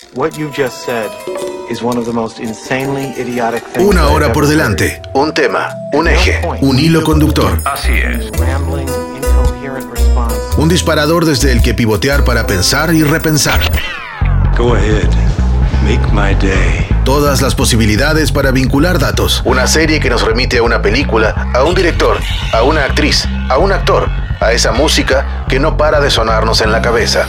What you just said is one of the most insanely idiotic things. Una hora por delante, un tema, un eje, un hilo conductor. Así es. Rambling, incoherent response. Un disparador desde el que pivotear para pensar y repensar. Go ahead. Make my day. Todas las posibilidades para vincular datos. Una serie que nos remite a una película, a un director, a una actriz, a un actor, a esa música que no para de sonarnos en la cabeza.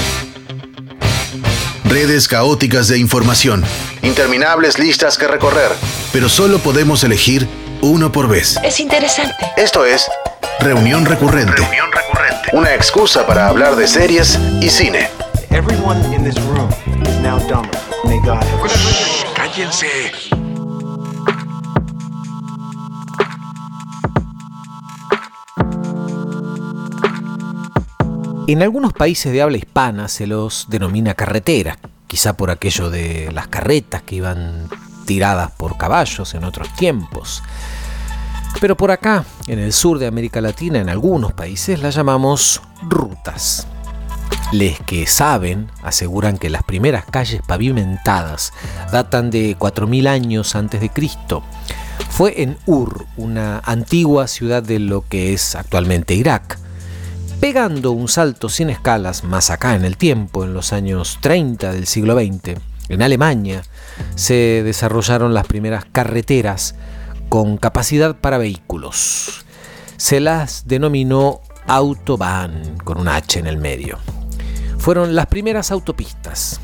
Redes caóticas de información, interminables listas que recorrer, pero solo podemos elegir uno por vez. Es interesante. Esto es Reunión Recurrente. Reunión recurrente. Una excusa para hablar de series y cine. Everyone in this room is now dumber. May God have ¡Cállense! En algunos países de habla hispana se los denomina carretera, quizá por aquello de las carretas que iban tiradas por caballos en otros tiempos. Pero por acá, en el sur de América Latina, en algunos países las llamamos rutas. Les que saben aseguran que las primeras calles pavimentadas datan de 4000 años antes de Cristo. Fue en Ur, una antigua ciudad de lo que es actualmente Irak. Pegando un salto sin escalas más acá en el tiempo, en los años 30 del siglo XX, en Alemania se desarrollaron las primeras carreteras con capacidad para vehículos. Se las denominó Autobahn, con un H en el medio. Fueron las primeras autopistas.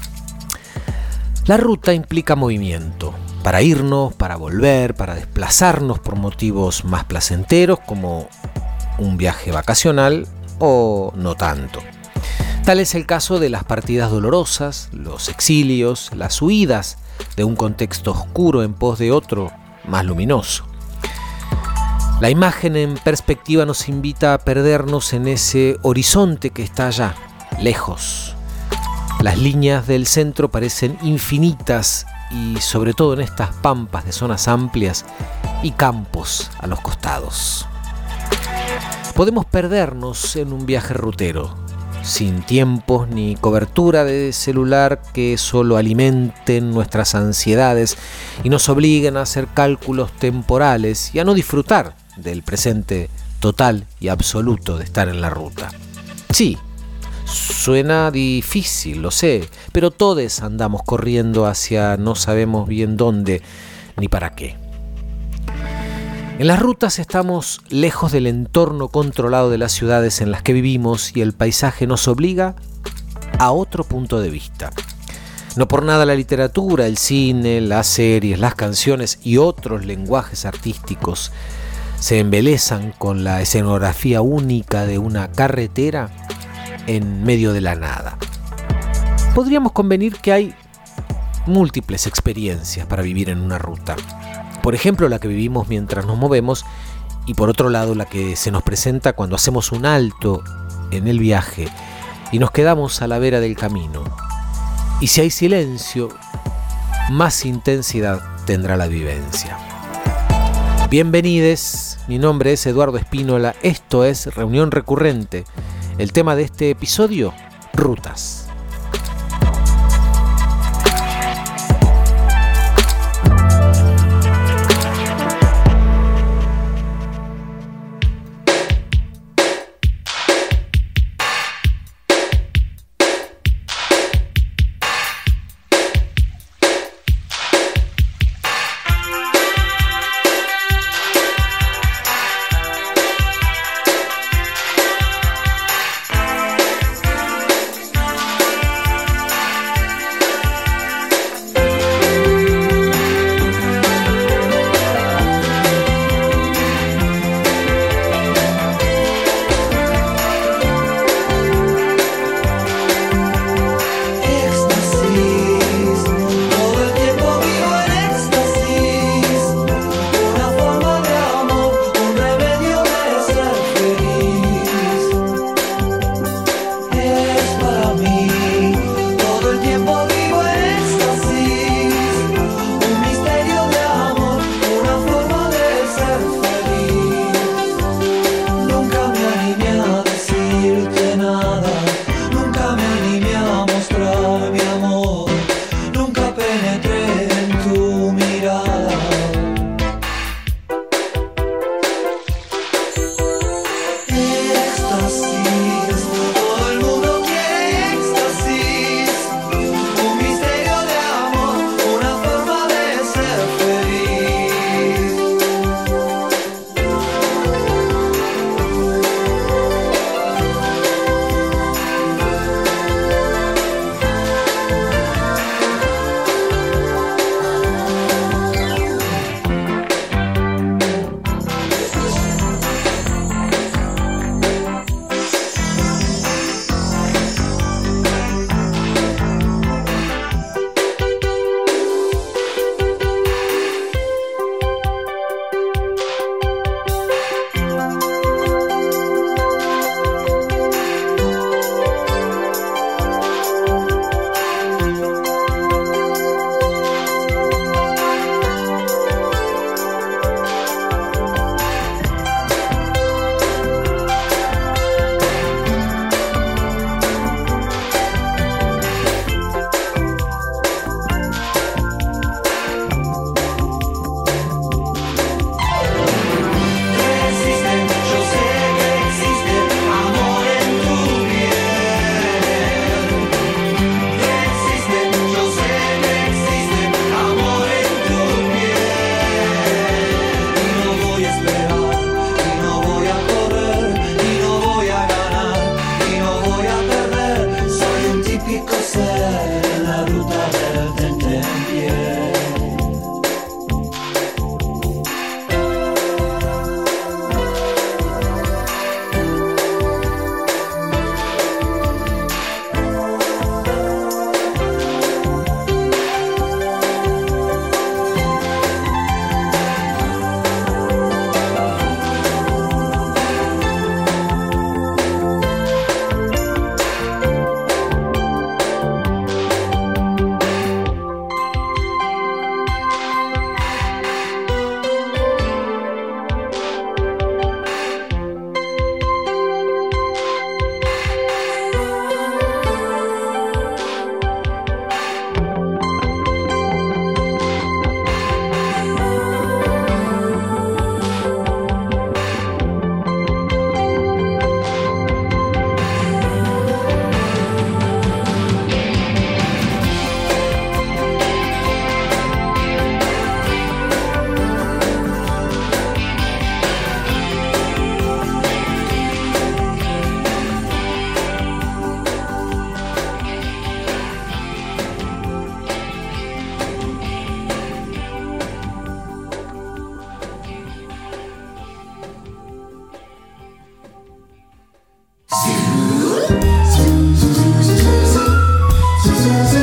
La ruta implica movimiento, para irnos, para volver, para desplazarnos por motivos más placenteros como un viaje vacacional o no tanto. Tal es el caso de las partidas dolorosas, los exilios, las huidas de un contexto oscuro en pos de otro más luminoso. La imagen en perspectiva nos invita a perdernos en ese horizonte que está allá, lejos. Las líneas del centro parecen infinitas y sobre todo en estas pampas de zonas amplias y campos a los costados. Podemos perdernos en un viaje rutero, sin tiempos ni cobertura de celular que solo alimenten nuestras ansiedades y nos obliguen a hacer cálculos temporales y a no disfrutar del presente total y absoluto de estar en la ruta. Sí, suena difícil, lo sé, pero todos andamos corriendo hacia no sabemos bien dónde ni para qué. En las rutas estamos lejos del entorno controlado de las ciudades en las que vivimos y el paisaje nos obliga a otro punto de vista. No por nada la literatura, el cine, las series, las canciones y otros lenguajes artísticos se embelezan con la escenografía única de una carretera en medio de la nada. Podríamos convenir que hay múltiples experiencias para vivir en una ruta. Por ejemplo, la que vivimos mientras nos movemos y por otro lado la que se nos presenta cuando hacemos un alto en el viaje y nos quedamos a la vera del camino. Y si hay silencio, más intensidad tendrá la vivencia. Bienvenides, mi nombre es Eduardo Espínola, esto es Reunión Recurrente. El tema de este episodio, rutas.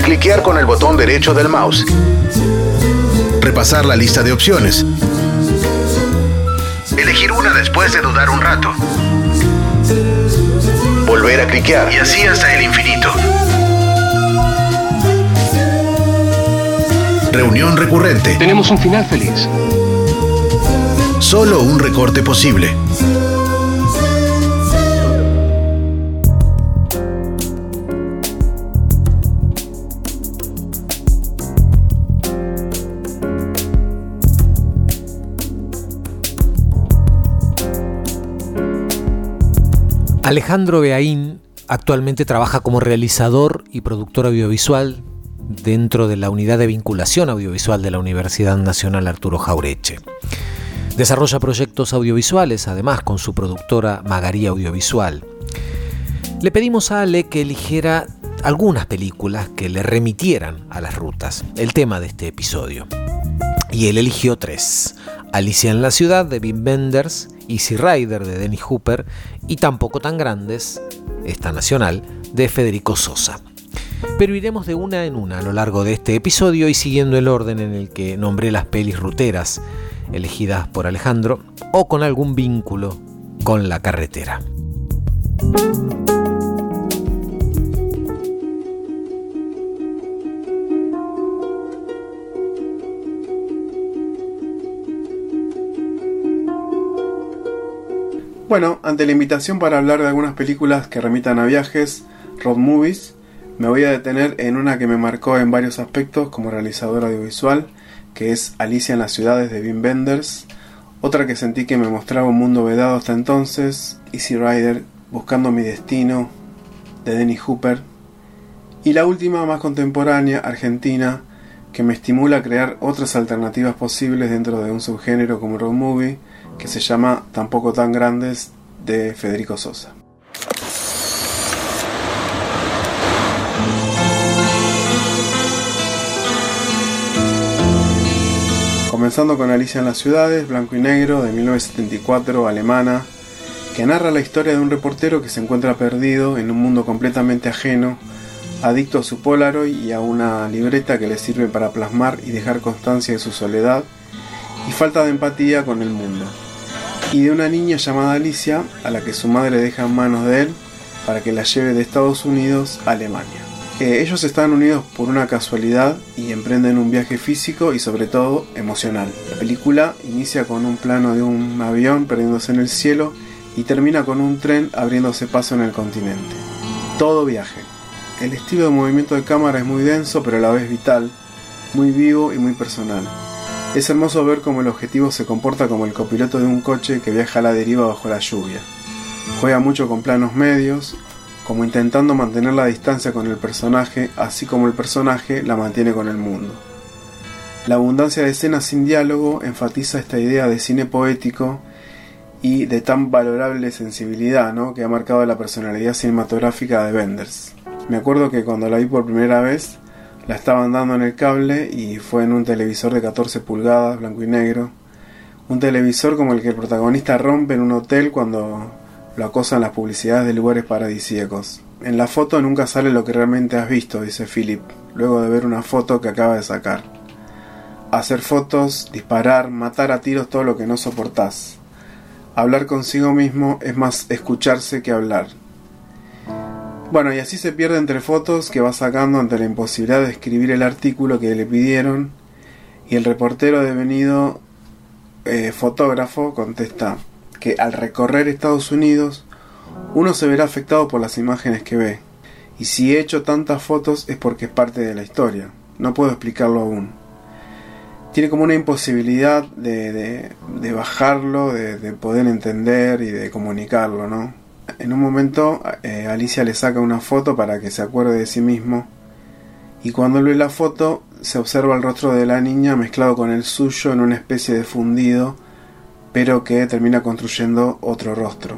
cliquear con el botón derecho del mouse, repasar la lista de opciones, elegir una después de dudar un rato, volver a cliquear y así hasta el infinito. Reunión recurrente. Tenemos un final feliz. Solo un recorte posible. Alejandro Beaín actualmente trabaja como realizador y productor audiovisual dentro de la Unidad de Vinculación Audiovisual de la Universidad Nacional Arturo Jauretche. Desarrolla proyectos audiovisuales, además, con su productora Magaría Audiovisual. Le pedimos a Ale que eligiera algunas películas que le remitieran a las rutas, el tema de este episodio. Y él eligió 3. Alicia en la ciudad, de Wim Wenders, Easy Rider, de Dennis Hopper, y Tampoco tan grandes, esta nacional, de Federico Sosa. Pero iremos de una en una a lo largo de este episodio y siguiendo el orden en el que nombré las pelis ruteras elegidas por Alejandro o con algún vínculo con la carretera. Bueno, ante la invitación para hablar de algunas películas que remitan a viajes, road movies, me voy a detener en una que me marcó en varios aspectos como realizador audiovisual, que es Alicia en las ciudades, de Wim Wenders. Otra que sentí que me mostraba un mundo vedado hasta entonces, Easy Rider, Buscando mi destino, de Dennis Hopper. Y la última, más contemporánea, argentina, que me estimula a crear otras alternativas posibles dentro de un subgénero como road movie, que se llama Tampoco tan grandes, de Federico Sosa. Comenzando con Alicia en las ciudades, blanco y negro, de 1974, alemana, que narra la historia de un reportero que se encuentra perdido en un mundo completamente ajeno, adicto a su Polaroid y a una libreta que le sirve para plasmar y dejar constancia de su soledad y falta de empatía con el mundo, y de una niña llamada Alicia, a la que su madre deja en manos de él para que la lleve de Estados Unidos a Alemania. Ellos están unidos por una casualidad y emprenden un viaje físico y sobre todo emocional. La película inicia con un plano de un avión perdiéndose en el cielo y termina con un tren abriéndose paso en el continente. Todo viaje. El estilo de movimiento de cámara es muy denso pero a la vez vital, muy vivo y muy personal. Es hermoso ver cómo el objetivo se comporta como el copiloto de un coche que viaja a la deriva bajo la lluvia. Juega mucho con planos medios, como intentando mantener la distancia con el personaje, así como el personaje la mantiene con el mundo. La abundancia de escenas sin diálogo enfatiza esta idea de cine poético y de tan valorable sensibilidad, ¿no?, que ha marcado la personalidad cinematográfica de Wenders. Me acuerdo que cuando la vi por primera vez, la estaban dando en el cable y fue en un televisor de 14 pulgadas, blanco y negro. Un televisor como el que el protagonista rompe en un hotel cuando lo acosan las publicidades de lugares paradisíacos. En la foto nunca sale lo que realmente has visto, dice Philip, luego de ver una foto que acaba de sacar. Hacer fotos, disparar, matar a tiros todo lo que no soportás. Hablar consigo mismo es más escucharse que hablar. Bueno, y así se pierde entre fotos que va sacando ante la imposibilidad de escribir el artículo que le pidieron, y el reportero devenido fotógrafo contesta que al recorrer Estados Unidos uno se verá afectado por las imágenes que ve, y si he hecho tantas fotos es porque es parte de la historia, no puedo explicarlo aún. Tiene como una imposibilidad de bajarlo, de poder entender y de comunicarlo, ¿no? En un momento Alicia le saca una foto para que se acuerde de sí mismo, y cuando lee la foto se observa el rostro de la niña mezclado con el suyo en una especie de fundido, pero que termina construyendo otro rostro.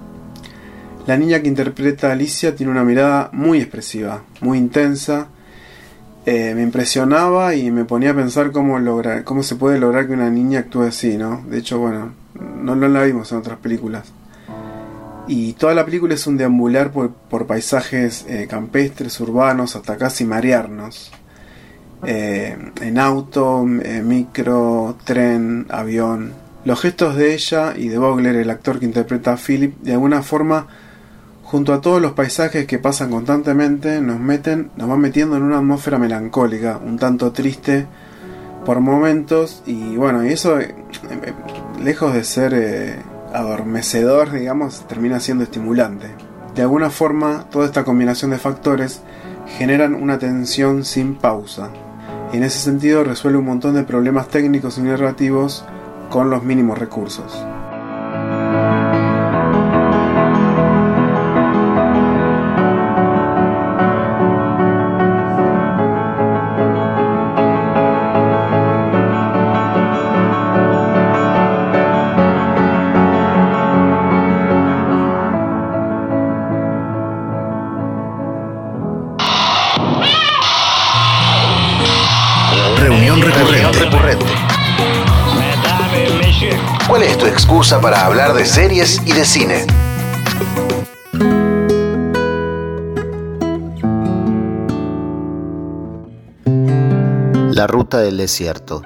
La niña que interpreta a Alicia tiene una mirada muy expresiva, muy intensa. Me impresionaba y me ponía a pensar cómo se puede lograr que una niña actúe así, ¿no? De hecho, bueno, no la vimos en otras películas. Y toda la película es un deambular por paisajes campestres, urbanos, hasta casi marearnos. En auto, micro, tren, avión. Los gestos de ella y de Vogler, el actor que interpreta a Philip, de alguna forma, junto a todos los paisajes que pasan constantemente, nos van metiendo en una atmósfera melancólica, un tanto triste por momentos, y bueno, y eso, lejos de ser adormecedor, digamos, termina siendo estimulante. De alguna forma, toda esta combinación de factores generan una tensión sin pausa, y en ese sentido resuelve un montón de problemas técnicos y narrativos con los mínimos recursos. Reunión recurrente. ¿Cuál es tu excusa para hablar de series y de cine? La ruta del desierto.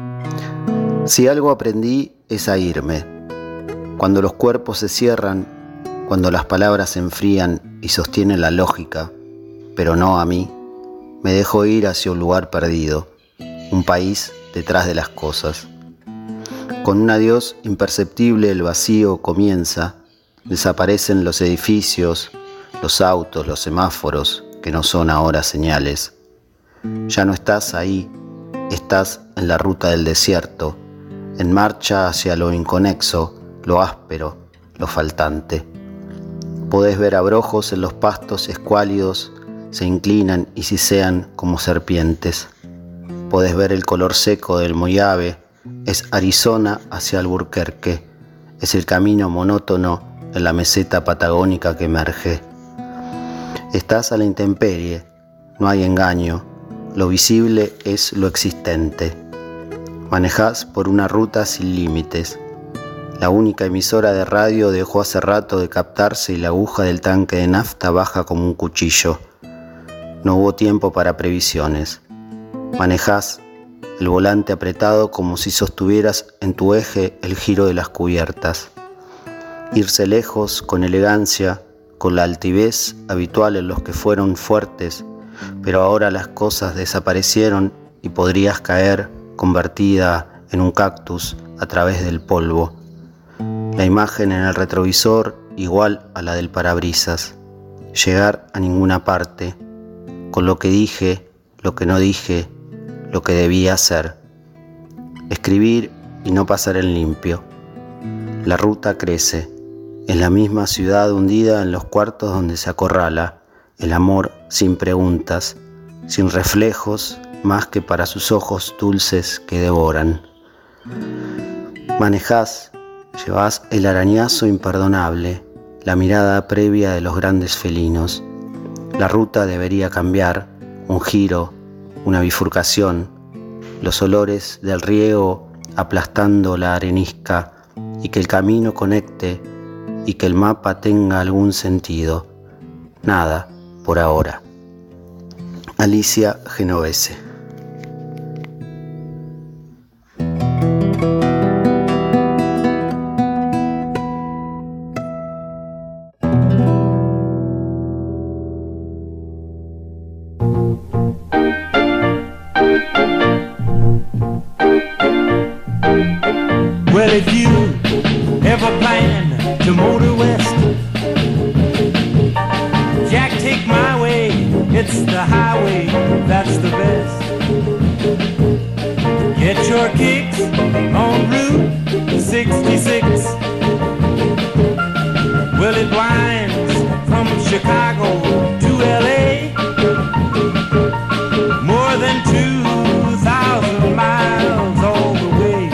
Si algo aprendí es a irme. Cuando los cuerpos se cierran, cuando las palabras se enfrían y sostienen la lógica, pero no a mí, me dejo ir hacia un lugar perdido, un país detrás de las cosas. Con un adiós imperceptible el vacío comienza, desaparecen los edificios, los autos, los semáforos, que no son ahora señales. Ya no estás ahí, estás en la ruta del desierto, en marcha hacia lo inconexo, lo áspero, lo faltante. Podés ver abrojos en los pastos escuálidos, se inclinan y sisean como serpientes. Podés ver el color seco del Mojave, es Arizona hacia Albuquerque, es el camino monótono en la meseta patagónica que emerge. Estás a la intemperie, no hay engaño, lo visible es lo existente. Manejás por una ruta sin límites. La única emisora de radio dejó hace rato de captarse y la aguja del tanque de nafta baja como un cuchillo. No hubo tiempo para previsiones. Manejás el volante apretado como si sostuvieras en tu eje el giro de las cubiertas. Irse lejos, con elegancia, con la altivez habitual en los que fueron fuertes, pero ahora las cosas desaparecieron y podrías caer convertida en un cactus a través del polvo. La imagen en el retrovisor igual a la del parabrisas. Llegar a ninguna parte, con lo que dije, lo que no dije, lo que debía hacer. Escribir y no pasar en limpio. La ruta crece. Es la misma ciudad hundida en los cuartos donde se acorrala el amor sin preguntas, sin reflejos más que para sus ojos dulces que devoran. Manejás, llevás el arañazo imperdonable, la mirada previa de los grandes felinos. La ruta debería cambiar, un giro, una bifurcación, los olores del riego aplastando la arenisca y que el camino conecte y que el mapa tenga algún sentido. Nada por ahora. Alicia Genovese. Well, if you ever plan to motor west, Jack, take my way, it's the highway, that's the best. Get your kicks on Route 66. Well, it winds from Chicago to LA, more than 2,000 miles all the way.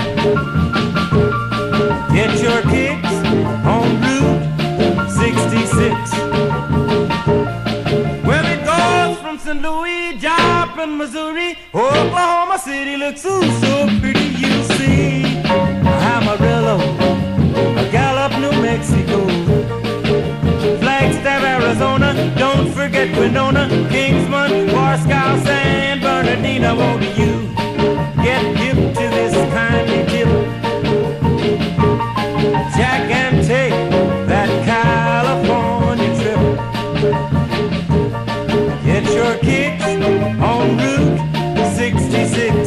Get your kicks on Route 66. Well, it goes from St. Louis, Joplin, Missouri, Oklahoma City looks ooh so pretty, you see. Amarillo, Gallup, New Mexico, don't forget Winona, Kingsman, Moscow, San Bernardino. Won't you get hip to this kindly tip? Jack, and take that California trip. Get your kicks on Route 66.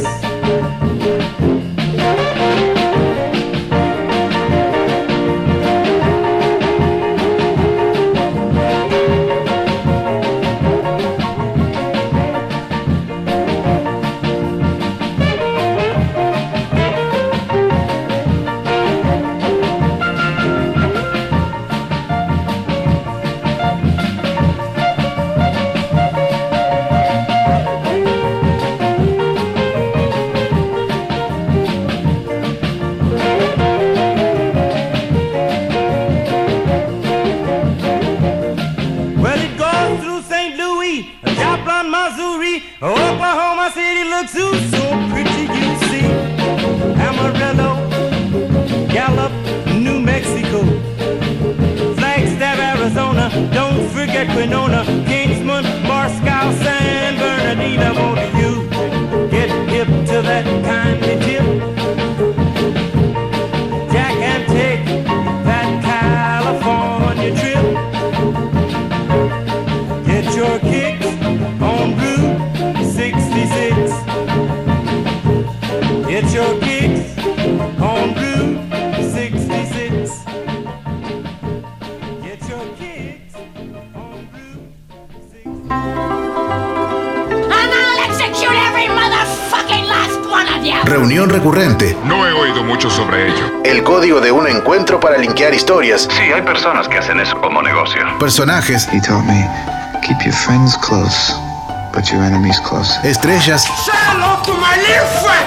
Oklahoma City looks so pretty, you see. Amarillo, Gallup, New Mexico, Flagstaff, Arizona, don't forget Winona, Kingsman, Moscow, San Bernardino. Won't you get hip to that kindly tip? Jack, and take that California trip. Get your kicks on Route 66. Get your kicks on Route 66. Get your kicks on Route 66. And I'll execute every motherfucking last one of you. Reunión recurrente. No he oído mucho sobre ello. El código de un encuentro para linkear historias. Sí, hay personas que hacen eso como negocio. Personajes. He told me, keep your friends close, but your enemies close. Estrellas. Say hello to my little friend.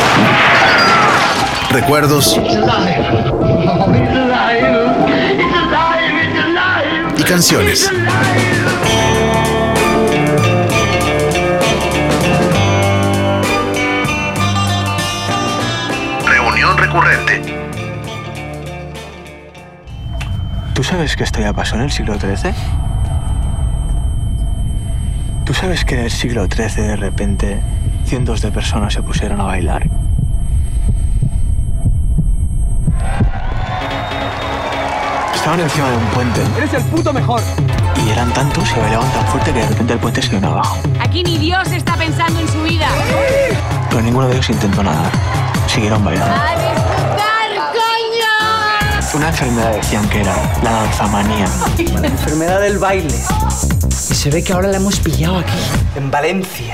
Recuerdos. It's alive. Oh, it's alive. It's alive. It's alive. Y canciones. It's alive. Reunión recurrente. ¿Tú sabes que esto ya pasó en el siglo XIII? ¿Tú sabes que en el siglo XIII de repente cientos de personas se pusieron a bailar? Estaban encima de un puente. Eres el puto mejor. Y eran tantos y bailaban tan fuerte que de repente el puente se vino abajo. Aquí ni Dios está pensando en su vida. Pero ninguno de ellos intentó nadar. Siguieron bailando. ¡A disfrutar, coño! Una enfermedad decían que era la danzamanía. La enfermedad del baile. Y se ve que ahora la hemos pillado aquí, en Valencia.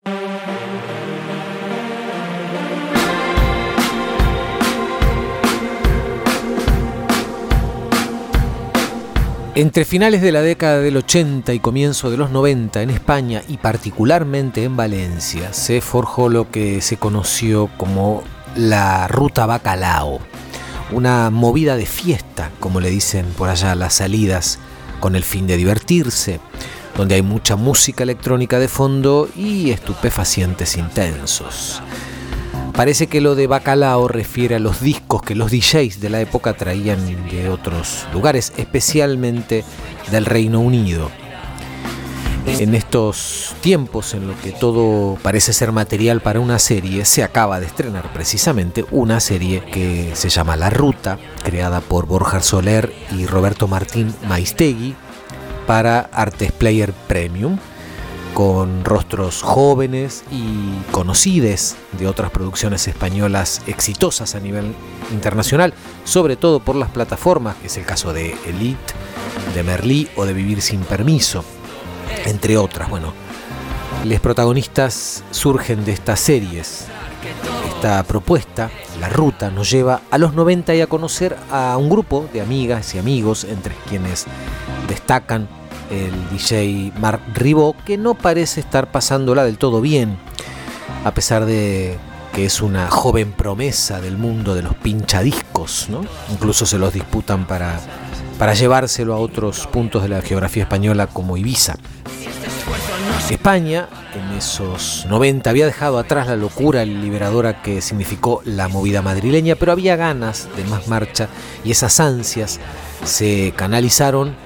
Entre finales de la década del 80 y comienzo de los 90 en España y particularmente en Valencia se forjó lo que se conoció como la Ruta Bacalao, una movida de fiesta, como le dicen por allá, las salidas con el fin de divertirse, donde hay mucha música electrónica de fondo y estupefacientes intensos. Parece que lo de Bacalao refiere a los discos que los DJs de la época traían de otros lugares, especialmente del Reino Unido. En estos tiempos en los que todo parece ser material para una serie, se acaba de estrenar precisamente una serie que se llama La Ruta, creada por Borja Soler y Roberto Martín Maistegui para Artes Player Premium, con rostros jóvenes y conocidos de otras producciones españolas exitosas a nivel internacional, sobre todo por las plataformas, que es el caso de Elite, de Merlí o de Vivir sin Permiso, entre otras. Bueno, los protagonistas surgen de estas series. Esta propuesta, La Ruta, nos lleva a los 90 y a conocer a un grupo de amigas y amigos, entre quienes destacan el DJ Marc Ribot, que no parece estar pasándola del todo bien, a pesar de que es una joven promesa del mundo de los pinchadiscos, ¿no? Incluso se los disputan para llevárselo a otros puntos de la geografía española como Ibiza. España en esos 90 había dejado atrás la locura liberadora que significó la movida madrileña, pero había ganas de más marcha y esas ansias se canalizaron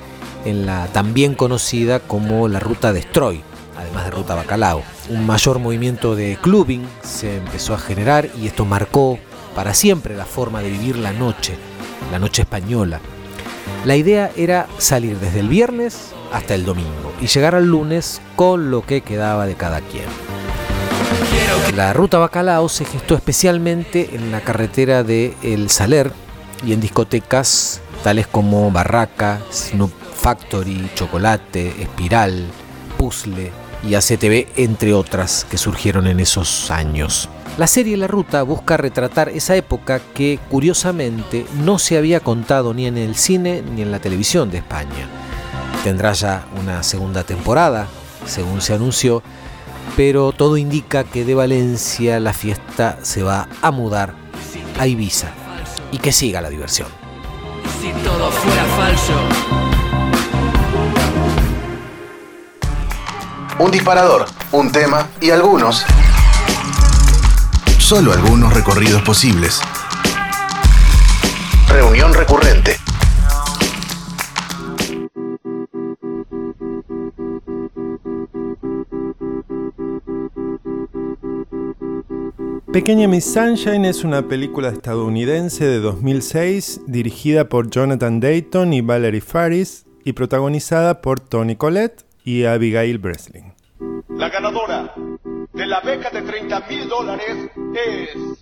en la también conocida como la Ruta Destroy, además de Ruta Bacalao. Un mayor movimiento de clubbing se empezó a generar y esto marcó para siempre la forma de vivir la noche española. La idea era salir desde el viernes hasta el domingo y llegar al lunes con lo que quedaba de cada quien. La Ruta Bacalao se gestó especialmente en la carretera de El Saler y en discotecas tales como Barraca, Snoop Factory, Chocolate, Espiral, Puzzle y ACTV, entre otras que surgieron en esos años. La serie La Ruta busca retratar esa época que, curiosamente, no se había contado ni en el cine ni en la televisión de España. Tendrá ya una segunda temporada, según se anunció, pero todo indica que de Valencia la fiesta se va a mudar a Ibiza y que siga la diversión. Si todo fuera falso. Un disparador, un tema y algunos, solo algunos recorridos posibles. Reunión recurrente. Pequeña Miss Sunshine es una película estadounidense de 2006 dirigida por Jonathan Dayton y Valerie Faris y protagonizada por Toni Collette y Abigail Breslin. La ganadora de la beca de $30,000 es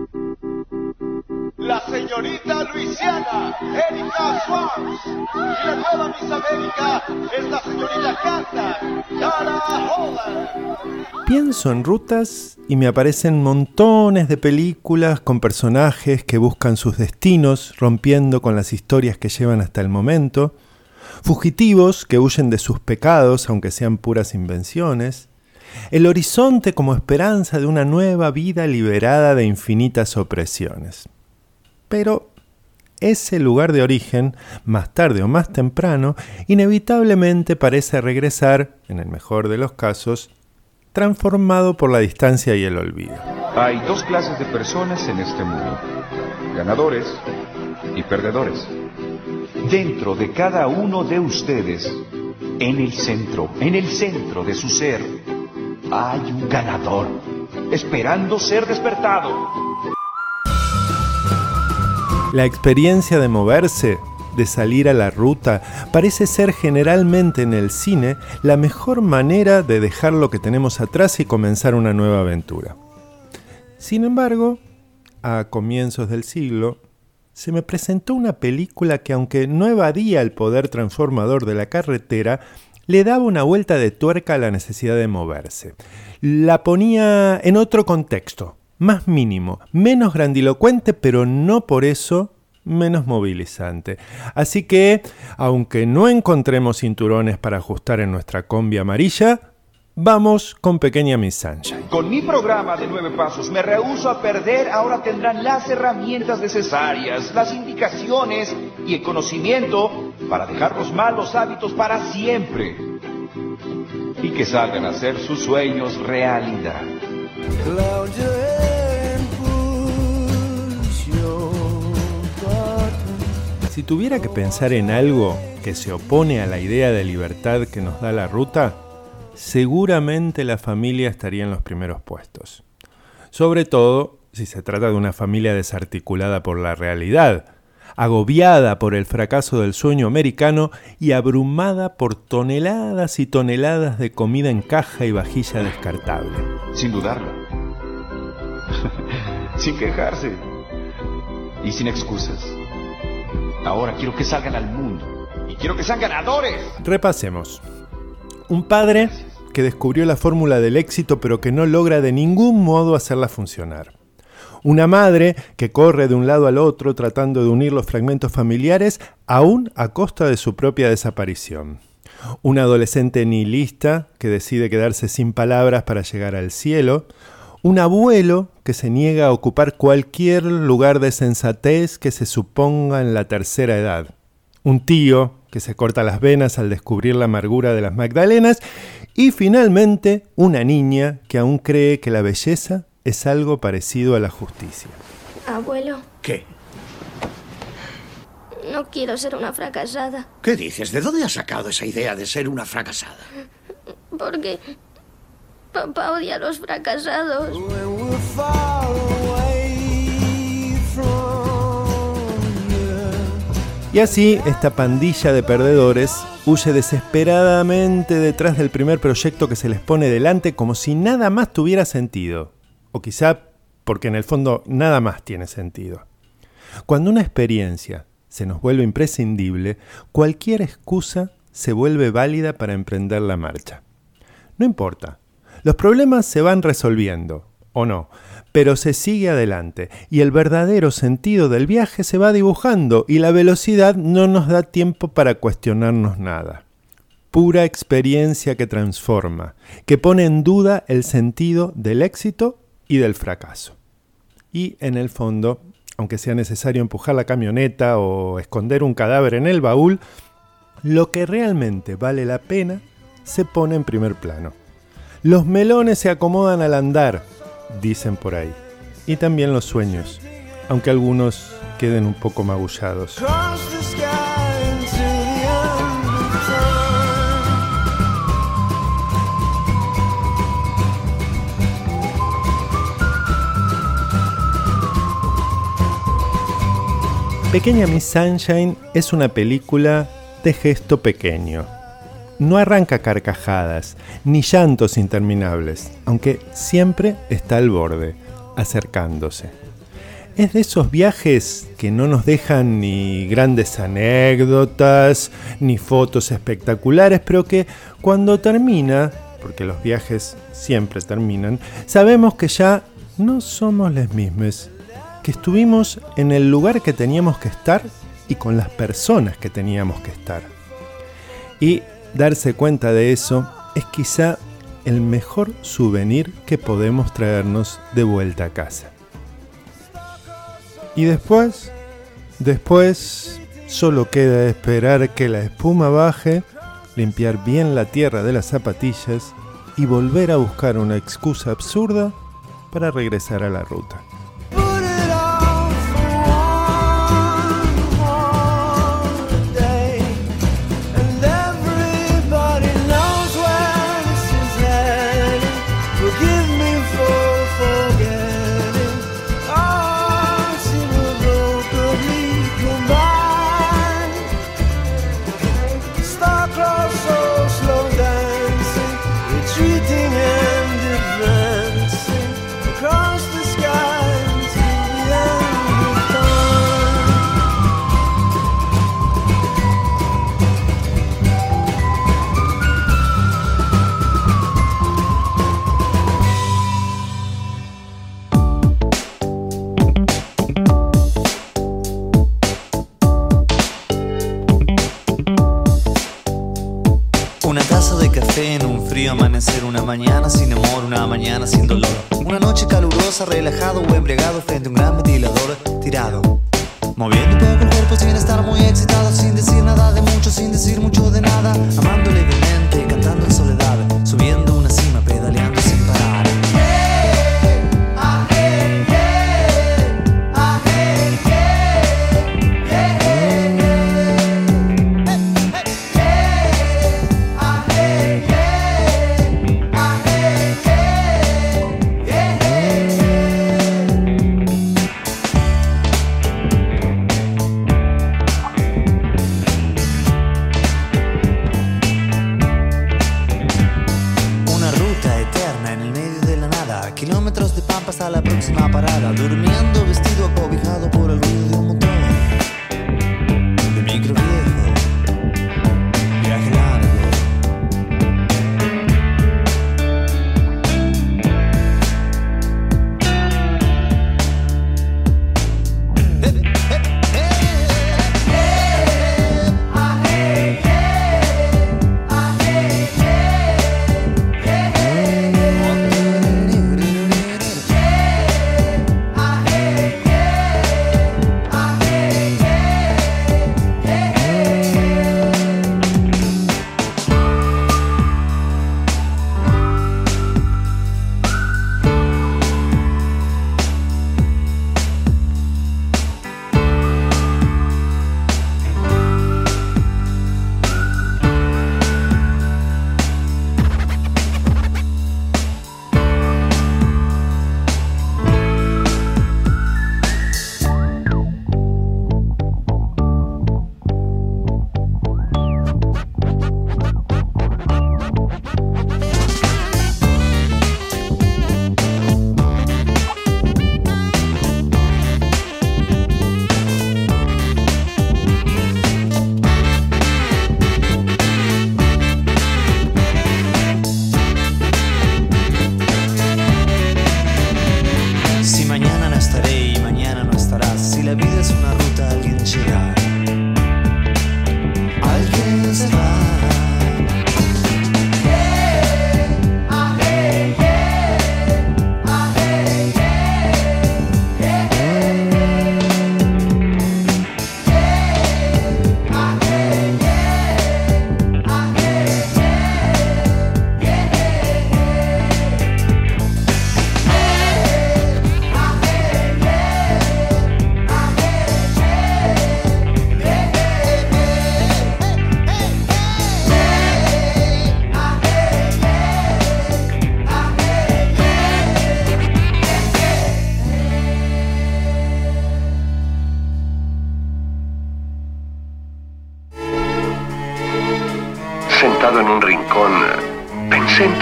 la señorita Luisiana Erika Schwartz. Y la nueva Miss América es la señorita Tara Holland. Pienso en rutas y me aparecen montones de películas con personajes que buscan sus destinos, rompiendo con las historias que llevan hasta el momento, fugitivos que huyen de sus pecados, aunque sean puras invenciones, el horizonte como esperanza de una nueva vida liberada de infinitas opresiones. Pero ese lugar de origen, más tarde o más temprano, inevitablemente parece regresar, en el mejor de los casos, transformado por la distancia y el olvido. Hay dos clases de personas en este mundo: ganadores y perdedores. Dentro de cada uno de ustedes, en el centro de su ser, hay un ganador, esperando ser despertado. La experiencia de moverse, de salir a la ruta, parece ser generalmente en el cine la mejor manera de dejar lo que tenemos atrás y comenzar una nueva aventura. Sin embargo, a comienzos del siglo, se me presentó una película que, aunque no evadía el poder transformador de la carretera, le daba una vuelta de tuerca a la necesidad de moverse. La ponía en otro contexto, más mínimo, menos grandilocuente, pero no por eso menos movilizante. Así que, aunque no encontremos cinturones para ajustar en nuestra combi amarilla, vamos con Pequeña Miss Sunshine. Con mi programa de 9 pasos me rehúso a perder. Ahora tendrán las herramientas necesarias, las indicaciones y el conocimiento para dejar los malos hábitos para siempre y que salgan a hacer sus sueños realidad. Si tuviera que pensar en algo que se opone a la idea de libertad que nos da la ruta, seguramente la familia estaría en los primeros puestos. Sobre todo si se trata de una familia desarticulada por la realidad, agobiada por el fracaso del sueño americano y abrumada por toneladas y toneladas de comida en caja y vajilla descartable. Sin dudarlo. Sin quejarse. Y sin excusas. Ahora quiero que salgan al mundo. Y quiero que sean ganadores. Repasemos. Un padre que descubrió la fórmula del éxito pero que no logra de ningún modo hacerla funcionar. Una madre que corre de un lado al otro tratando de unir los fragmentos familiares aún a costa de su propia desaparición. Un adolescente nihilista que decide quedarse sin palabras para llegar al cielo. Un abuelo que se niega a ocupar cualquier lugar de sensatez que se suponga en la tercera edad. Un tío que se corta las venas al descubrir la amargura de las magdalenas. Y finalmente, una niña que aún cree que la belleza es algo parecido a la justicia. Abuelo. ¿Qué? No quiero ser una fracasada. ¿Qué dices? ¿De dónde has sacado esa idea de ser una fracasada? Porque papá odia a los fracasados. Y así, esta pandilla de perdedores huye desesperadamente detrás del primer proyecto que se les pone delante como si nada más tuviera sentido. O quizá porque en el fondo nada más tiene sentido. Cuando una experiencia se nos vuelve imprescindible, cualquier excusa se vuelve válida para emprender la marcha. No importa, los problemas se van resolviendo, o no, pero se sigue adelante y el verdadero sentido del viaje se va dibujando y la velocidad no nos da tiempo para cuestionarnos nada. Pura experiencia que transforma, que pone en duda el sentido del éxito y del fracaso. Y en el fondo, aunque sea necesario empujar la camioneta o esconder un cadáver en el baúl, lo que realmente vale la pena se pone en primer plano. Los melones se acomodan al andar, dicen por ahí. Y también los sueños, aunque algunos queden un poco magullados. Pequeña Miss Sunshine es una película de gesto pequeño. No arranca carcajadas, ni llantos interminables, aunque siempre está al borde, acercándose. Es de esos viajes que no nos dejan ni grandes anécdotas, ni fotos espectaculares, pero que cuando termina, porque los viajes siempre terminan, sabemos que ya no somos las mismas, que estuvimos en el lugar que teníamos que estar y con las personas que teníamos que estar. Y darse cuenta de eso es quizá el mejor souvenir que podemos traernos de vuelta a casa. Y después solo queda esperar que la espuma baje, limpiar bien la tierra de las zapatillas y volver a buscar una excusa absurda para regresar a la ruta. Amanecer una mañana sin amor, una mañana sin dolor. Una noche calurosa, relajado o embriagado frente a un gran ventilador tirado. Moviendo un poco el cuerpo sin estar muy excitado, sin decir nada de mucho, sin decir mucho de nada. Amando levemente, cantando en soledad, subiendo una cima, pedaleando sin parar. Hasta la próxima parada, durmiendo vestido acobijado por el ruido de un motor de micro viejo, viaje largo.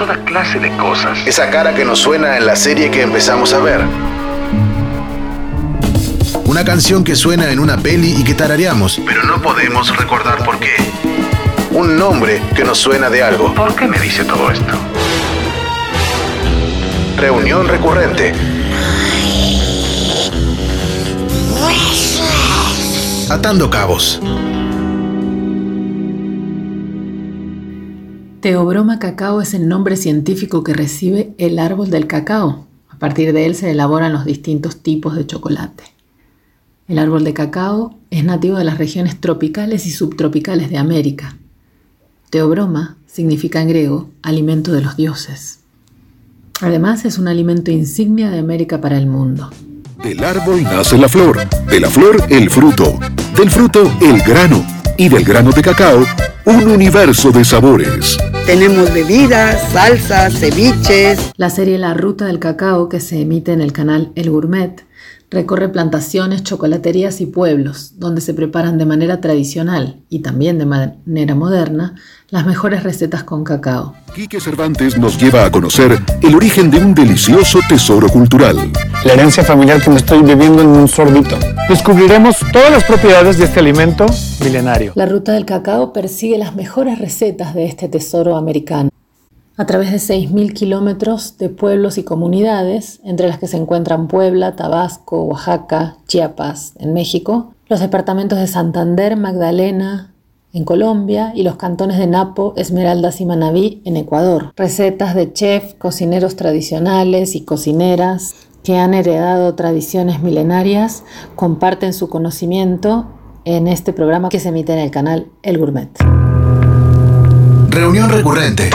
toda clase de cosas. Esa cara que nos suena en la serie que empezamos a ver. Una canción que suena en una peli y que tarareamos, pero no podemos recordar por qué. Un nombre que nos suena de algo. ¿Por qué me dice todo esto? Reunión recurrente. Atando cabos. Theobroma cacao es el nombre científico que recibe el árbol del cacao. A partir de él se elaboran los distintos tipos de chocolate. El árbol de cacao es nativo de las regiones tropicales y subtropicales de América. Theobroma significa en griego alimento de los dioses. Además es un alimento insignia de América para el mundo. Del árbol nace la flor, de la flor el fruto, del fruto el grano y del grano de cacao un universo de sabores. Tenemos bebidas, salsas, ceviches. La serie La Ruta del Cacao, que se emite en el canal El Gourmet, recorre plantaciones, chocolaterías y pueblos, donde se preparan de manera tradicional y también de manera moderna las mejores recetas con cacao. Quique Cervantes nos lleva a conocer el origen de un delicioso tesoro cultural. La herencia familiar que me estoy bebiendo en un sorbito. Descubriremos todas las propiedades de este alimento milenario. La Ruta del Cacao persigue las mejores recetas de este tesoro americano. A través de 6.000 kilómetros de pueblos y comunidades, entre las que se encuentran Puebla, Tabasco, Oaxaca, Chiapas, en México, los departamentos de Santander, Magdalena, en Colombia, y los cantones de Napo, Esmeraldas y Manabí, en Ecuador. Recetas de chefs, cocineros tradicionales y cocineras que han heredado tradiciones milenarias comparten su conocimiento en este programa que se emite en el canal El Gourmet. Reunión recurrente.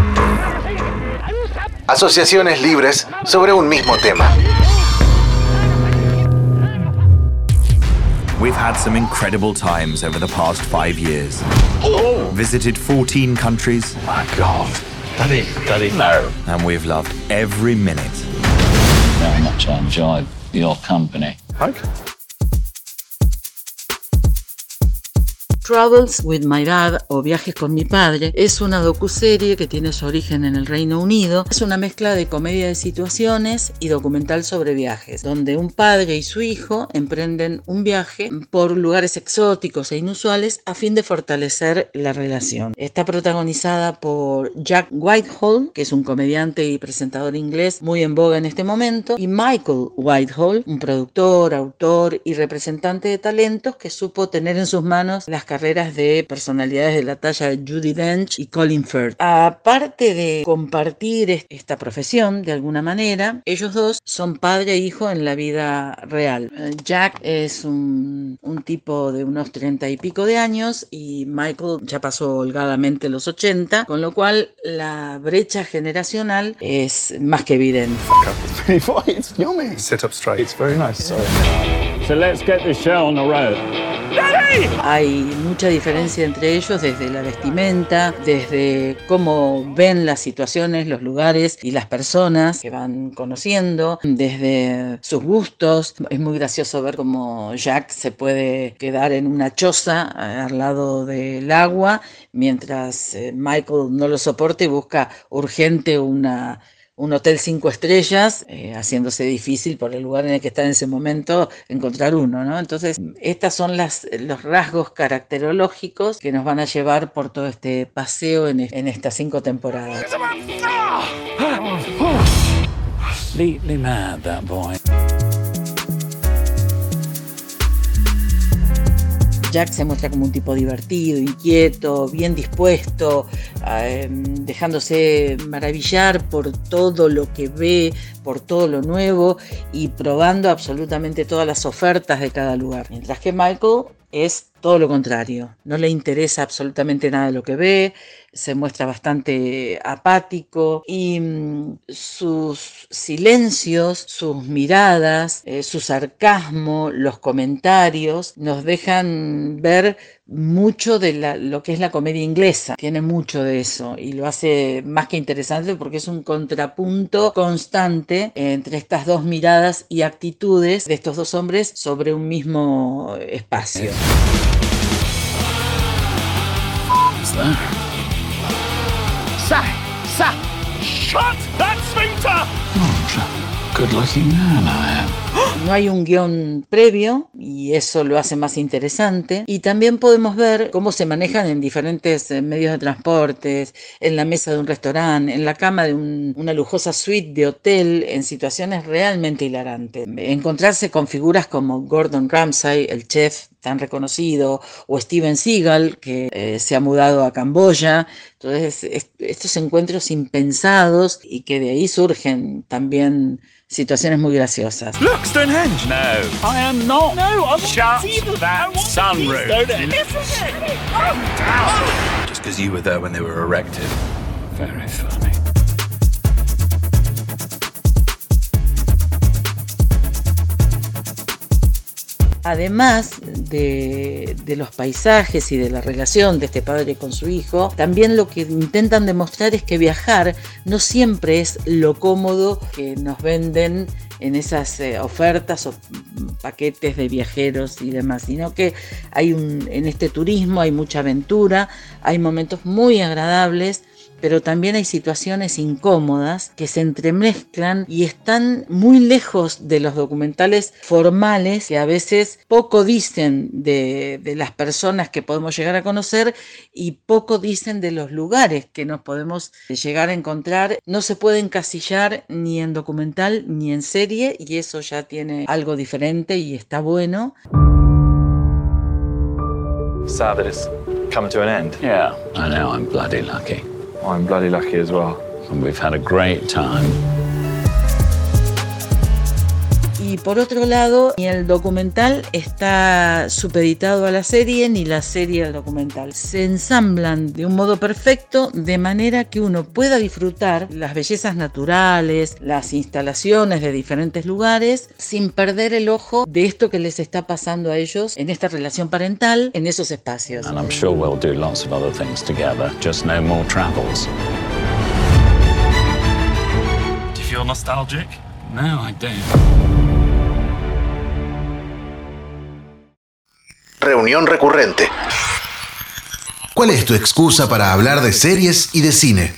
Asociaciones libres sobre un mismo tema. We've had some incredible times over the past 5 years. Visited 14 countries. Oh my God. Daddy, no. And we've loved every minute. Very much enjoyed your company. Okay. Travels with My Dad o Viajes con mi padre es una docuserie que tiene su origen en el Reino Unido. Es una mezcla de comedia de situaciones y documental sobre viajes, donde un padre y su hijo emprenden un viaje por lugares exóticos e inusuales a fin de fortalecer la relación. Está protagonizada por Jack Whitehall, que es un comediante y presentador inglés muy en boga en este momento, y Michael Whitehall, un productor, autor y representante de talentos que supo tener en sus manos las carreras de personalidades de la talla de Judi Dench y Colin Firth. Aparte de compartir esta profesión de alguna manera, ellos dos son padre e hijo en la vida real. Jack es un tipo de unos 30 y pico de años y Michael ya pasó holgadamente los 80, con lo cual la brecha generacional es más que evidente. It's yummy. Sit up straight. It's very nice. Sorry. So let's get this show on the road. Hay mucha diferencia entre ellos desde la vestimenta, desde cómo ven las situaciones, los lugares y las personas que van conociendo, desde sus gustos. Es muy gracioso ver cómo Jack se puede quedar en una choza al lado del agua, mientras Michael no lo soporta y busca urgente un hotel 5 estrellas, haciéndose difícil por el lugar en el que está en ese momento encontrar uno, ¿no? Entonces, estos son los rasgos caracterológicos que nos van a llevar por todo este paseo en estas 5 temporadas. Completely mad, that boy. Jack se muestra como un tipo divertido, inquieto, bien dispuesto, dejándose maravillar por todo lo que ve, por todo lo nuevo y probando absolutamente todas las ofertas de cada lugar. Mientras que Michael es todo lo contrario, no le interesa absolutamente nada de lo que ve, se muestra bastante apático y sus silencios, sus miradas, su sarcasmo, los comentarios nos dejan ver mucho de lo que es la comedia inglesa. Tiene mucho de eso y lo hace más que interesante porque es un contrapunto constante entre estas dos miradas y actitudes de estos dos hombres sobre un mismo espacio. Shut that sphincter! Good looking man I am. No hay un guión previo y eso lo hace más interesante. Y también podemos ver cómo se manejan en diferentes medios de transporte, en la mesa de un restaurante, en la cama de una lujosa suite de hotel, en situaciones realmente hilarantes. Encontrarse con figuras como Gordon Ramsay, el chef tan reconocido, o Steven Seagal, que se ha mudado a Camboya. Entonces, estos encuentros impensados y que de ahí surgen también situaciones muy graciosas. Look, Stonehenge! No, I am not. No, I shut that sunroof. Just because you were there when they were erected. Very funny. Además de los paisajes y de la relación de este padre con su hijo, también lo que intentan demostrar es que viajar no siempre es lo cómodo que nos venden en esas ofertas o paquetes de viajeros y demás, sino que en este turismo hay mucha aventura, hay momentos muy agradables, pero también hay situaciones incómodas que se entremezclan y están muy lejos de los documentales formales que a veces poco dicen de las personas que podemos llegar a conocer y poco dicen de los lugares que nos podemos llegar a encontrar. No se puede encasillar ni en documental ni en serie y eso ya tiene algo diferente y está bueno. Sad that it's come to an end. Yeah, I know, I'm bloody lucky. I'm bloody lucky as well. And we've had a great time. Y por otro lado, ni el documental está supeditado a la serie, ni la serie al documental. Se ensamblan de un modo perfecto, de manera que uno pueda disfrutar las bellezas naturales, las instalaciones de diferentes lugares, sin perder el ojo de esto que les está pasando a ellos en esta relación parental, en esos espacios. And I'm sure we'll do lots of other things together, just no more travels. Do you feel nostalgic? No, I don't. Reunión recurrente. ¿Cuál es tu excusa para hablar de series y de cine?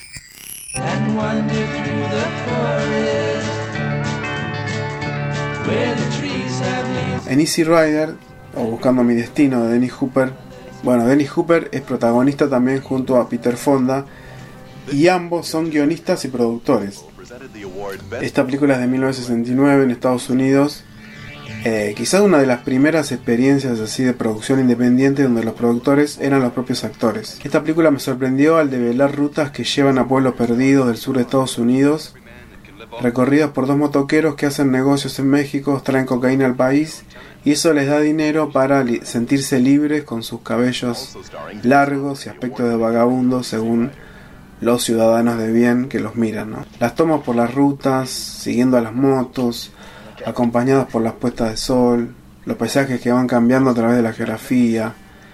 En Easy Rider, o Buscando mi destino, de Dennis Hopper, Dennis Hopper es protagonista también junto a Peter Fonda y ambos son guionistas y productores. Esta película es de 1969 en Estados Unidos. Quizás una de las primeras experiencias así de producción independiente donde los productores eran los propios actores. Esta película me sorprendió al develar rutas que llevan a pueblos perdidos del sur de Estados Unidos, recorridas por dos motoqueros que hacen negocios en México, traen cocaína al país y eso les da dinero para sentirse libres con sus cabellos largos y aspecto de vagabundos según los ciudadanos de bien que los miran, ¿no? Las tomas por las rutas, siguiendo a las motos, acompañados por las puestas de sol, los paisajes que van cambiando a través de la geografía.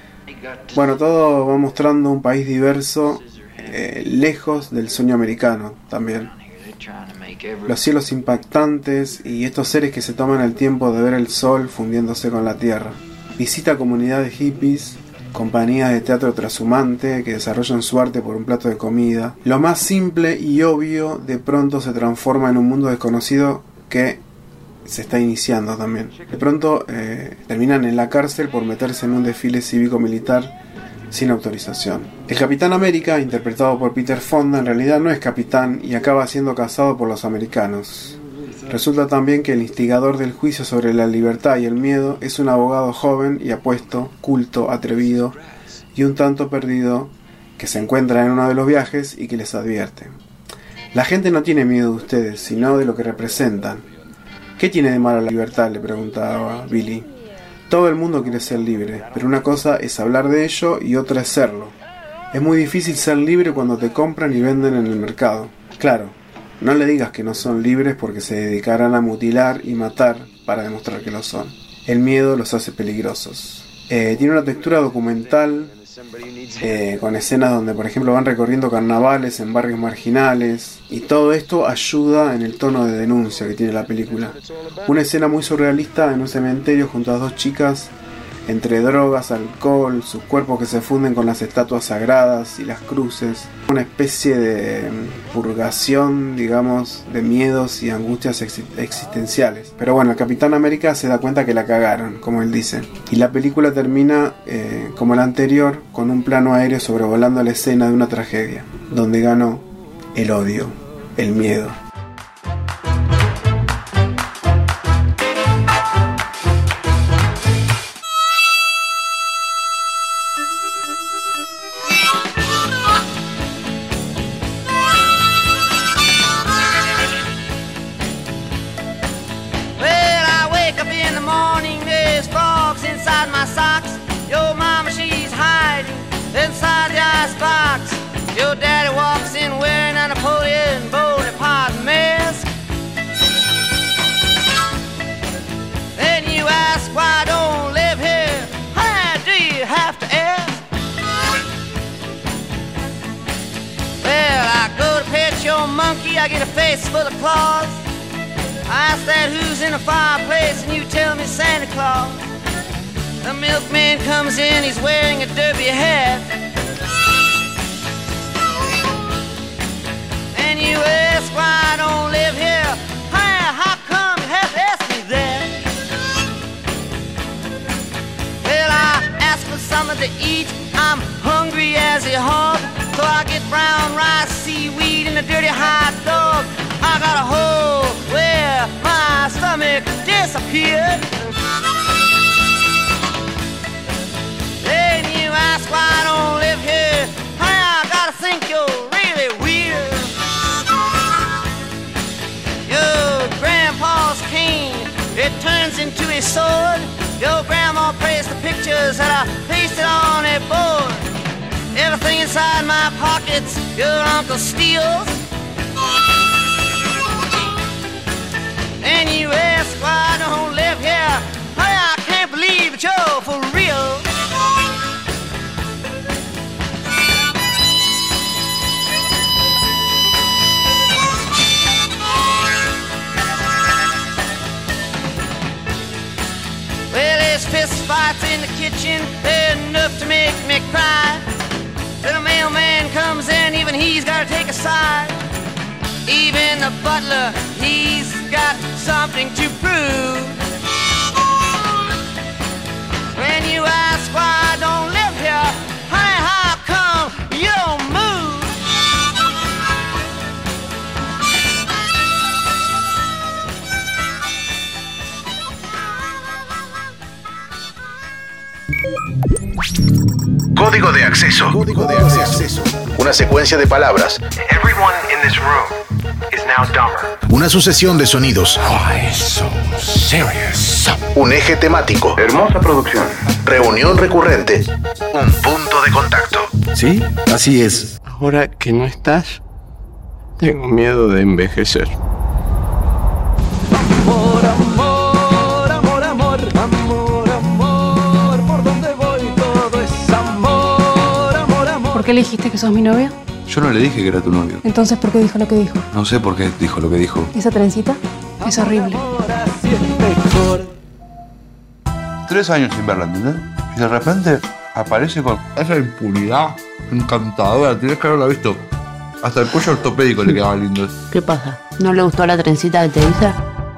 Todo va mostrando un país diverso, lejos del sueño americano también. Los cielos impactantes y estos seres que se toman el tiempo de ver el sol fundiéndose con la tierra. Visita a comunidades hippies, compañías de teatro trashumante que desarrollan su arte por un plato de comida. Lo más simple y obvio de pronto se transforma en un mundo desconocido que se está iniciando también. De pronto terminan en la cárcel por meterse en un desfile cívico-militar sin autorización. El Capitán América, interpretado por Peter Fonda, en realidad no es capitán y acaba siendo cazado por los americanos. Resulta también que el instigador del juicio sobre la libertad y el miedo es un abogado joven y apuesto, culto, atrevido y un tanto perdido que se encuentra en uno de los viajes y que les advierte: la gente no tiene miedo de ustedes, sino de lo que representan. ¿Qué tiene de malo la libertad?, le preguntaba Billy. Todo el mundo quiere ser libre, pero una cosa es hablar de ello y otra es serlo. Es muy difícil ser libre cuando te compran y venden en el mercado. Claro, no le digas que no son libres porque se dedicarán a mutilar y matar para demostrar que lo son. El miedo los hace peligrosos. Tiene una textura documental, con escenas donde por ejemplo van recorriendo carnavales en barrios marginales, y todo esto ayuda en el tono de denuncia que tiene la película. Una escena muy surrealista en un cementerio junto a dos chicas entre drogas, alcohol, sus cuerpos que se funden con las estatuas sagradas y las cruces. Una especie de purgación, digamos, de miedos y angustias existenciales. Pero bueno, el Capitán América se da cuenta que la cagaron, como él dice. Y la película termina, como la anterior, con un plano aéreo sobrevolando la escena de una tragedia, donde ganó el odio, el miedo. I get a face full of claws. I ask that who's in the fireplace, and you tell me Santa Claus. The milkman comes in, he's wearing a derby hat. And you ask why I don't live here. Hey, how come you have to ask me that? Well, I ask for something to eat. I'm hungry as a hog. So I get brown rice, seaweed, and a dirty hot dog. I got a hole where my stomach disappeared. Then you ask why I don't live here. Hey, I gotta think you're really weird. Your grandpa's cane, it turns into a sword. Your grandma praised the pictures that I pasted on a board. Everything inside my pockets, your uncle steals. And you ask why I don't live here. Hey, I can't believe it, you're for real. Well, there's fist fights in the kitchen, they're enough to make me cry. The mailman comes in, even he's gotta take a side. Even the butler, he's got something to prove. When you ask why I don't live here, honey, how come you don't move? Código de acceso. Código de acceso. Una secuencia de palabras. Everyone in this room is now dumber. Una sucesión de sonidos. Why so serious? Un eje temático. Hermosa producción. Reunión recurrente. Un punto de contacto. Sí, así es. Ahora que no estás, tengo miedo de envejecer. Amor, amor, amor, amor, amor, amor, por donde voy todo es amor, amor, amor. ¿Por qué le dijiste que sos mi novia? Yo no le dije que era tu novio. Entonces, ¿por qué dijo lo que dijo? No sé por qué dijo lo que dijo. ¿Esa trencita? Es horrible. 3 años sin verla, ¿entendés? Y de repente aparece con esa impunidad encantadora. Tienes que haberla visto. Hasta el cuello ortopédico le quedaba lindo. ¿Qué pasa? ¿No le gustó la trencita que te hice?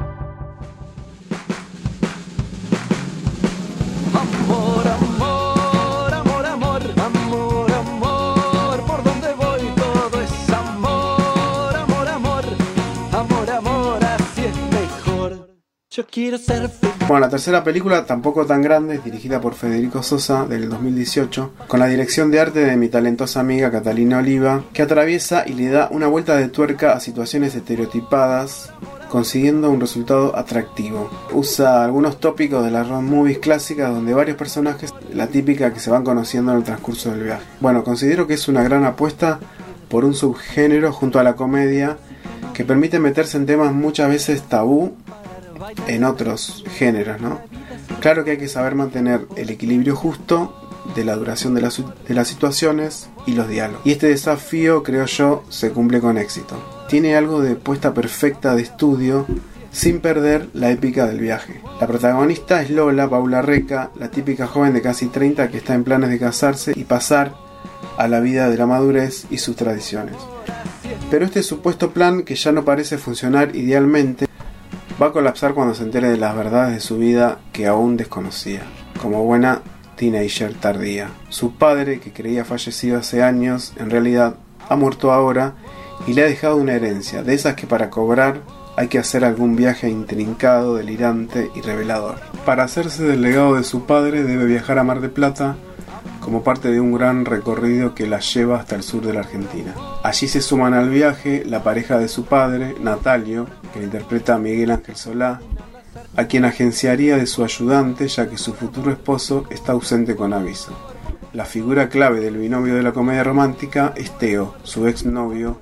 Amor, amor, amor, amor, amor, amor, por donde voy todo es amor, amor, amor, amor, amor, así es mejor. Yo quiero ser feliz. Bueno, la tercera película, tampoco tan grande, es dirigida por Federico Sosa del 2018, con la dirección de arte de mi talentosa amiga Catalina Oliva, que atraviesa y le da una vuelta de tuerca a situaciones estereotipadas, consiguiendo un resultado atractivo. Usa algunos tópicos de las road movies clásicas donde varios personajes, la típica que se van conociendo en el transcurso del viaje. Bueno, considero que es una gran apuesta por un subgénero junto a la comedia que permite meterse en temas muchas veces tabú en otros géneros, ¿no? Claro que hay que saber mantener el equilibrio justo de la duración de las situaciones y los diálogos. Y este desafío, creo yo, se cumple con éxito. Tiene algo de puesta perfecta de estudio sin perder la épica del viaje. La protagonista es Lola Paula Reca, la típica joven de casi 30 que está en planes de casarse y pasar a la vida de la madurez y sus tradiciones. Pero este supuesto plan, que ya no parece funcionar idealmente, va a colapsar cuando se entere de las verdades de su vida que aún desconocía, como buena teenager tardía. Su padre, que creía fallecido hace años, en realidad ha muerto ahora y le ha dejado una herencia, de esas que para cobrar hay que hacer algún viaje intrincado, delirante y revelador. Para hacerse del legado de su padre debe viajar a Mar del Plata como parte de un gran recorrido que la lleva hasta el sur de la Argentina. Allí se suman al viaje la pareja de su padre, Natalio, que interpreta a Miguel Ángel Solá, a quien agenciaría de su ayudante ya que su futuro esposo está ausente con aviso. La figura clave del binomio de la comedia romántica es Teo, su exnovio,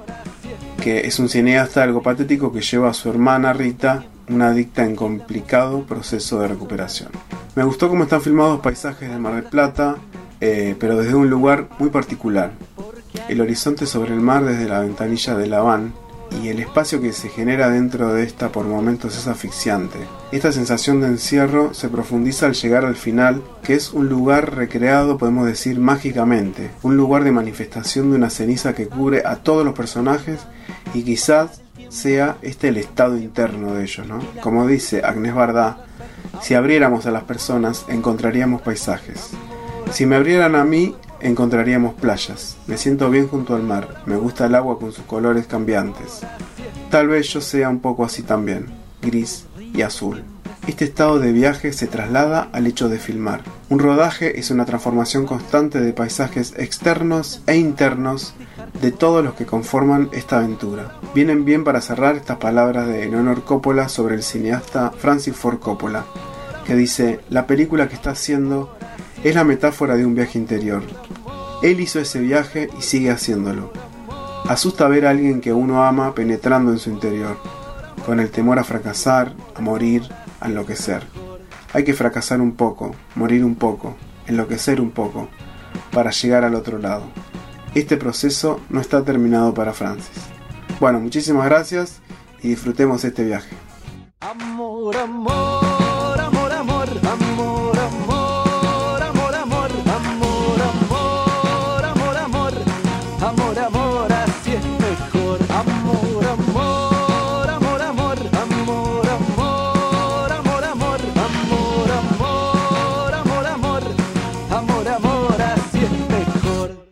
que es un cineasta algo patético que lleva a su hermana Rita, una adicta en complicado proceso de recuperación. Me gustó cómo están filmados los paisajes de Mar del Plata, pero desde un lugar muy particular. El horizonte sobre el mar desde la ventanilla de la van y el espacio que se genera dentro de esta por momentos es asfixiante. Esta sensación de encierro se profundiza al llegar al final, que es un lugar recreado, podemos decir, mágicamente, un lugar de manifestación de una ceniza que cubre a todos los personajes y quizás sea este el estado interno de ellos, ¿no? Como dice Agnès Varda, si abriéramos a las personas encontraríamos paisajes. Si me abrieran a mí, encontraríamos playas. Me siento bien junto al mar. Me gusta el agua con sus colores cambiantes. Tal vez yo sea un poco así también, gris y azul. Este estado de viaje se traslada al hecho de filmar. Un rodaje es una transformación constante de paisajes externos e internos de todos los que conforman esta aventura. Vienen bien para cerrar estas palabras de Leonor Coppola sobre el cineasta Francis Ford Coppola, que dice: la película que está haciendo es la metáfora de un viaje interior. Él hizo ese viaje y sigue haciéndolo. Asusta ver a alguien que uno ama penetrando en su interior, con el temor a fracasar, a morir, a enloquecer. Hay que fracasar un poco, morir un poco, enloquecer un poco, para llegar al otro lado. Este proceso no está terminado para Francis. Bueno, muchísimas gracias y disfrutemos este viaje. Amor, amor, amor, amor, amor, amor, amor, amor, amor, amor, amor, amor, amor, amor, así es mejor. Amor, amor, amor, amor, amor, amor, amor, amor, amor, amor, amor, amor, amor, amor, así es mejor.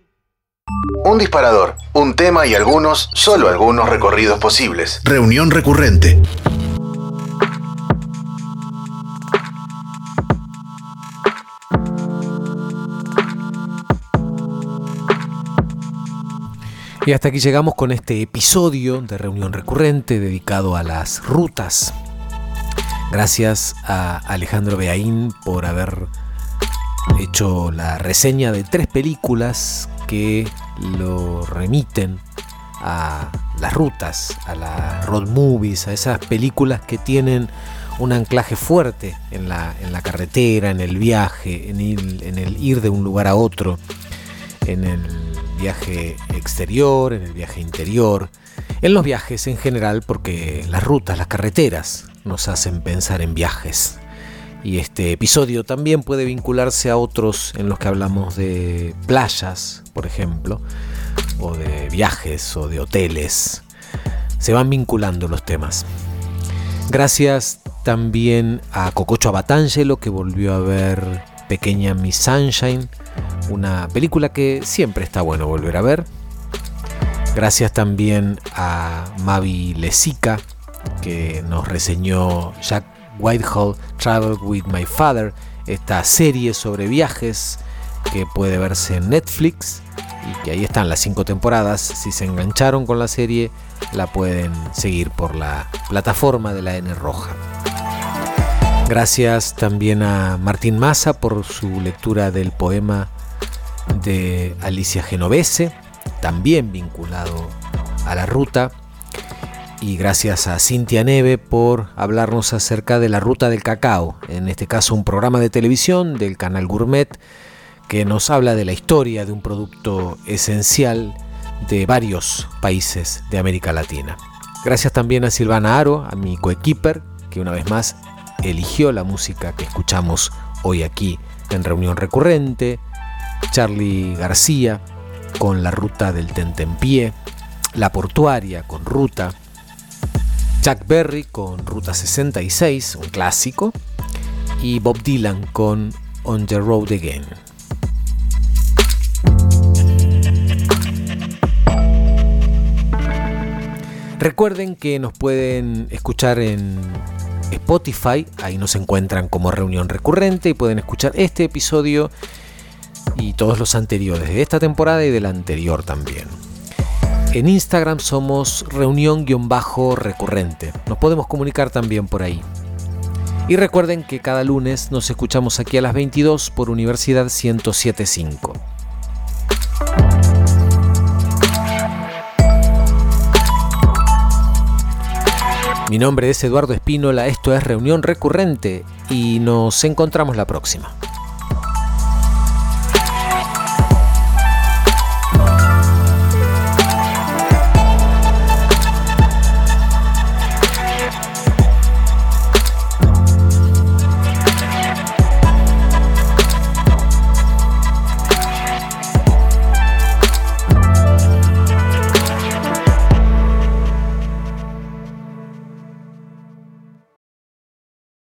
Un disparador, un tema y algunos, solo algunos recorridos posibles. Reunión recurrente. Y hasta aquí llegamos con este episodio de Reunión Recurrente dedicado a las rutas. Gracias a Alejandro Beaín por haber hecho la reseña de 3 películas que lo remiten a las rutas, a las road movies, a esas películas que tienen un anclaje fuerte en la carretera, en el viaje, en el ir de un lugar a otro, en el viaje exterior, en el viaje interior, en los viajes en general, porque las rutas, las carreteras nos hacen pensar en viajes. Y este episodio también puede vincularse a otros en los que hablamos de playas, por ejemplo, o de viajes o de hoteles. Se van vinculando los temas. Gracias también a Cococho Abatangelo, que volvió a ver Pequeña Miss Sunshine, una película que siempre está bueno volver a ver. Gracias también a Mavi Lesica, que nos reseñó Jack Whitehall Travel with My Father, esta serie sobre viajes que puede verse en Netflix y que ahí están las 5 temporadas. Si se engancharon con la serie, la pueden seguir por la plataforma de la N Roja. Gracias también a Martín Massa por su lectura del poema de Alicia Genovese, también vinculado a la ruta. Y gracias a Cintia Neve por hablarnos acerca de la Ruta del Cacao, en este caso un programa de televisión del canal Gourmet que nos habla de la historia de un producto esencial de varios países de América Latina. Gracias también a Silvana Aro, a mi coequiper, que una vez más eligió la música que escuchamos hoy aquí en Reunión Recurrente. Charlie García con La Ruta del Tentempié. La Portuaria con Ruta. Chuck Berry con Ruta 66, un clásico. Y Bob Dylan con On the Road Again. Recuerden que nos pueden escuchar en Spotify, ahí nos encuentran como Reunión Recurrente y pueden escuchar este episodio y todos los anteriores de esta temporada y de la anterior también. En Instagram somos Reunión-Recurrente, nos podemos comunicar también por ahí. Y recuerden que cada lunes nos escuchamos aquí a las 22 por Universidad 107.5. Mi nombre es Eduardo Espínola, esto es Reunión Recurrente y nos encontramos la próxima.